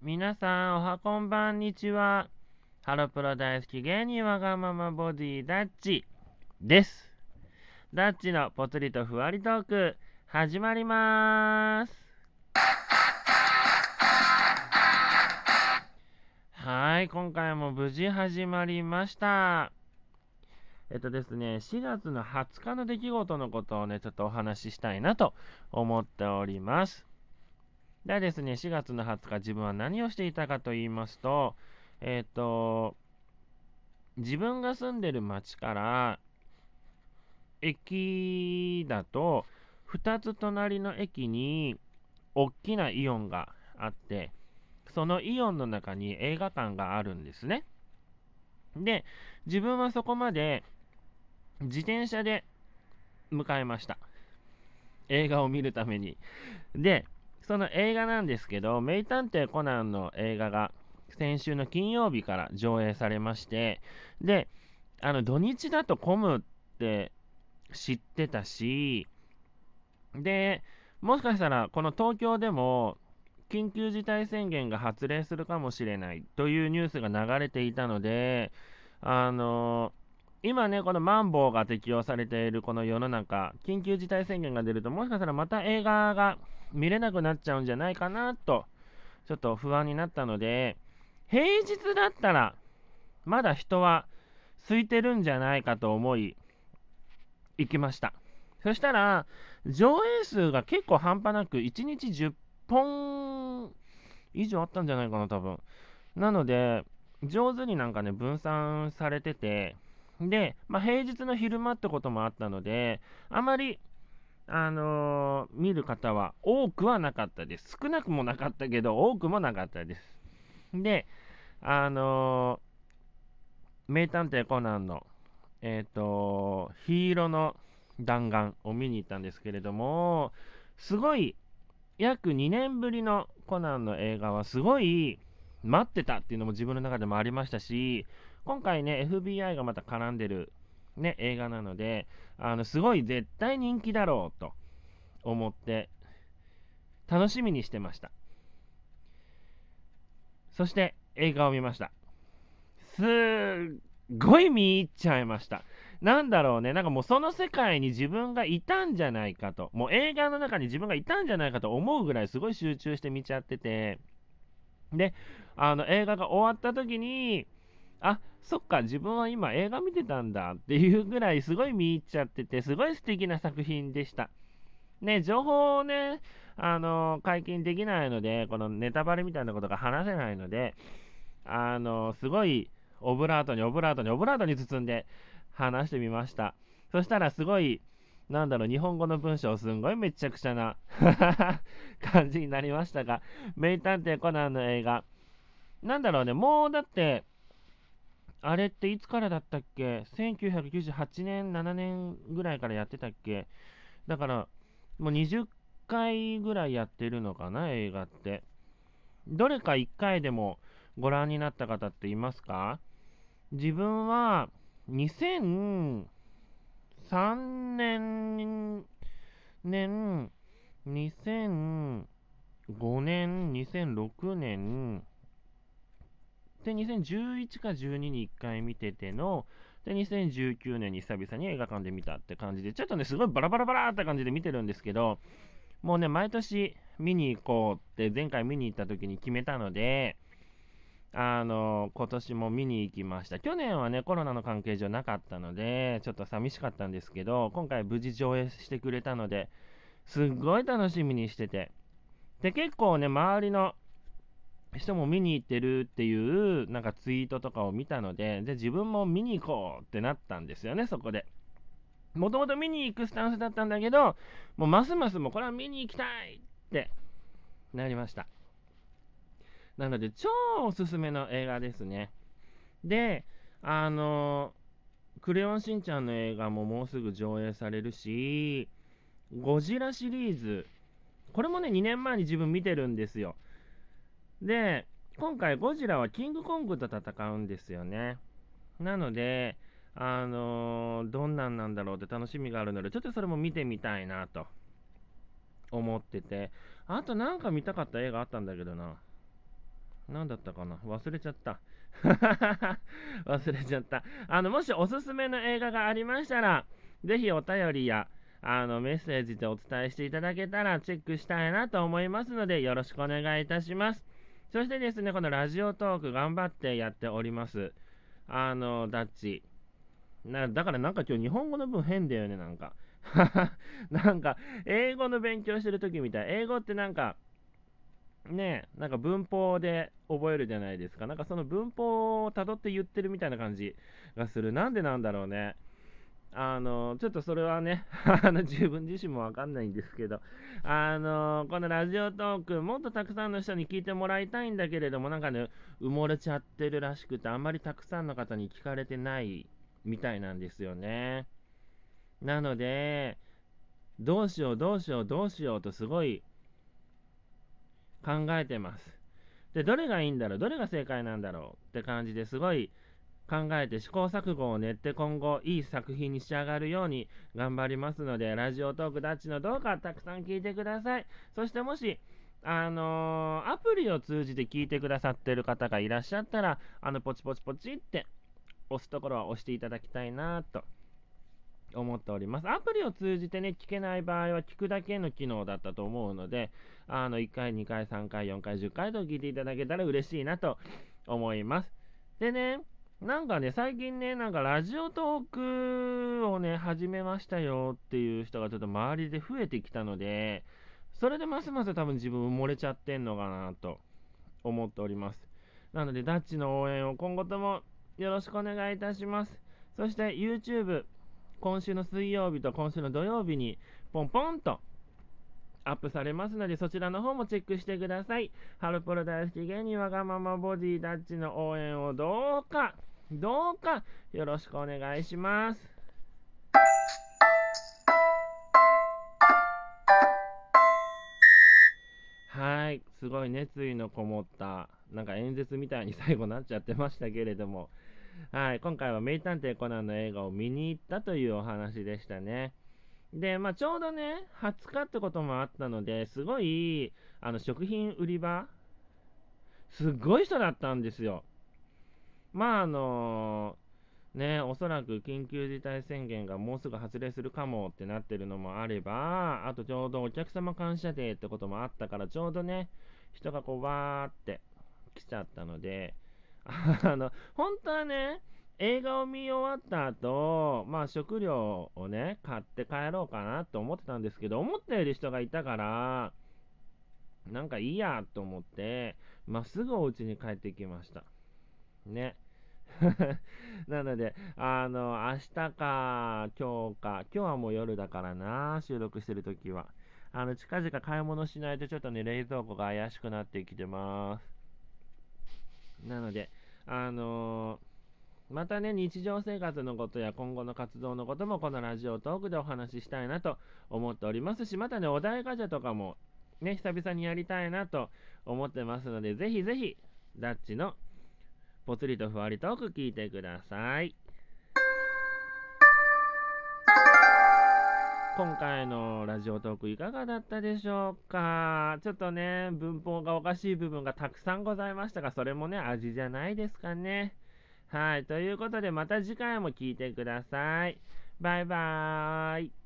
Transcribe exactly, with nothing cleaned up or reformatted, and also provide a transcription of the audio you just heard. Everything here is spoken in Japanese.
皆さん、おはこんばんにちは。ハロプロ大好き芸人わがままボディダッチです。ダッチのぽつりとふわりトーク、始まりまーす。はい、今回も無事始まりました。えっとですね、しがつのはつかの出来事のことをね、ちょっとお話ししたいなと思っております。ではですね、しがつのはつか、自分は何をしていたかと言いますと、えっと、自分が住んでる町から駅だとふたつ隣の駅に大きなイオンがあって、そのイオンの中に映画館があるんですね。で、自分はそこまで自転車で向かいました。映画を見るために。で、その映画なんですけど、名探偵コナンの映画が先週の金曜日から上映されまして、で、あの土日だと混むって知ってたし、で、もしかしたらこの東京でも緊急事態宣言が発令するかもしれないというニュースが流れていたので、あの今ね、このマンボウが適用されているこの世の中、緊急事態宣言が出ると、もしかしたらまた映画が見れなくなっちゃうんじゃないかなと、ちょっと不安になったので、平日だったら、まだ人は空いてるんじゃないかと思い、行きました。そしたら、上映数が結構半端なく、いちにちじゅっぽん以上あったんじゃないかな、多分。なので、上手になんかね、分散されてて、で、まあ、平日の昼間ってこともあったので、あまり、あのー見る方は多くはなかったです。少なくもなかったけど、多くもなかったです。で、あのー名探偵コナンの、えっ、と、ヒーローの弾丸を見に行ったんですけれども、すごい、約にねんぶりのコナンの映画はすごい待ってたっていうのも自分の中でもありましたし、今回ね、エフビーアイ がまた絡んでる、ね、映画なので、あのすごい絶対人気だろうと思って楽しみにしてました。そして映画を見ました。すっごい見入っちゃいました。なんだろうね、なんかもうその世界に自分がいたんじゃないかと、もう映画の中に自分がいたんじゃないかと思うぐらいすごい集中して見ちゃってて、で、あの映画が終わった時に、あ、そっか、自分は今映画見てたんだっていうぐらいすごい見入っちゃってて、すごい素敵な作品でした。ね、情報をね、あの、解禁できないので、このネタバレみたいなことが話せないので、あの、すごいオブラートにオブラートにオブラートに包んで話してみました。そしたらすごい、なんだろう、日本語の文章すんごいめちゃくちゃな感じになりましたが、名探偵コナンの映画、なんだろうね、もうだって、あれっていつからだったっけ ?せんきゅうひゃくきゅうじゅうはちねん、ななねんぐらいからやってたっけ。だから、もうにじゅっかいぐらいやってるのかな、映画って。どれかいっかいでもご覧になった方っていますか？自分はにせんさんねん、年、にせんごねん、にせんろくねん、で、にせんじゅういちかじゅうににいっかい見てての、で、にせんじゅうきゅうねんに久々に映画館で見たって感じで、ちょっとね、すごいバラバラバラって感じで見てるんですけど、もうね、毎年見に行こうって前回見に行った時に決めたので、あの、今年も見に行きました。去年はね、コロナの関係上なかったので、ちょっと寂しかったんですけど、今回無事上映してくれたので、すっごい楽しみにしてて。で、結構ね、周りの人も見に行ってるっていうなんかツイートとかを見たので、で、自分も見に行こうってなったんですよね、そこで。もともと見に行くスタンスだったんだけど、もうますますもうこれは見に行きたいってなりました。なので、超おすすめの映画ですね。で、あの、クレヨンしんちゃんの映画ももうすぐ上映されるし、ゴジラシリーズ、これもね、にねんまえに自分見てるんですよ。で、今回ゴジラはキングコングと戦うんですよね。なので、あのーどんなんなんだろうって楽しみがあるので、ちょっとそれも見てみたいなと思ってて、あとなんか見たかった映画あったんだけどな。 なんだったかな、忘れちゃった。忘れちゃった。あの、もしおすすめの映画がありましたら、ぜひお便りや、あの、メッセージでお伝えしていただけたらチェックしたいなと思いますので、よろしくお願いいたします。そしてですね、このラジオトーク頑張ってやっております。あの、ダッチ。な、だからなんか今日日本語の文変だよね、なんか。なんか、英語の勉強してる時みたい。英語ってなんか、ねえ、なんか文法で覚えるじゃないですか。なんかその文法をたどって言ってるみたいな感じがする。なんでなんだろうね。あの、ちょっとそれはね、あの自分自身もわかんないんですけど、あの、このラジオトーク、もっとたくさんの人に聞いてもらいたいんだけれども、なんかね、埋もれちゃってるらしくて、あんまりたくさんの方に聞かれてないみたいなんですよね。なので、どうしよう、どうしよう、どうしようとすごい考えてます。で、どれがいいんだろう、どれが正解なんだろうって感じですごい考えて試行錯誤を練って今後いい作品に仕上がるように頑張りますので、ラジオトークダッチのどうかたくさん聞いてください。そしてもし、あのーアプリを通じて聞いてくださっている方がいらっしゃったら、あの、ポチポチポチって押すところは押していただきたいなと思っております。アプリを通じてね、聞けない場合は聞くだけの機能だったと思うので、あの、いっかい、にかい、さんかい、よんかい、じゅっかいと聞いていただけたら嬉しいなと思います。でね、なんかね、最近ね、なんかラジオトークをね、始めましたよっていう人がちょっと周りで増えてきたので、それでますます多分自分埋もれちゃってんのかなと思っております。なので、ダッチの応援を今後ともよろしくお願いいたします。そして YouTube、今週の水曜日と今週の土曜日にポンポンとアップされますので、そちらの方もチェックしてください。ハロプロ大好き芸人わがままボディダッチの応援をどうか、どうかよろしくお願いします。はい、すごい熱意のこもった、なんか演説みたいに最後なっちゃってましたけれども、はい、今回は名探偵コナンの映画を見に行ったというお話でしたね。で、まあ、ちょうどね、はつかってこともあったので、すごい、あの、食品売り場、すっごい人だったんですよ。まあ、あのね、おそらく緊急事態宣言がもうすぐ発令するかもってなってるのもあれば、あとちょうどお客様感謝デーってこともあったから、ちょうどね、人がこう、わーって来ちゃったので、あの、本当はね、映画を見終わった後、まあ食料をね、買って帰ろうかなと思ってたんですけど、思ったより人がいたから、なんかいいやと思って、まあ、すぐお家に帰ってきました。ね。なので、あの、明日か、今日か、今日はもう夜だからな、収録してるときは。あの、近々買い物しないとちょっとね、冷蔵庫が怪しくなってきてます。なので、あのーまたね、日常生活のことや今後の活動のこともこのラジオトークでお話ししたいなと思っておりますし、またね、お題ガチャとかもね、久々にやりたいなと思ってますので、ぜひぜひ、ダッチのぽつりとふわりトーク聞いてください。今回のラジオトークいかがだったでしょうか。ちょっとね、文法がおかしい部分がたくさんございましたが、それもね、味じゃないですかね。はい。ということで、また次回も聞いてください。バイバーイ。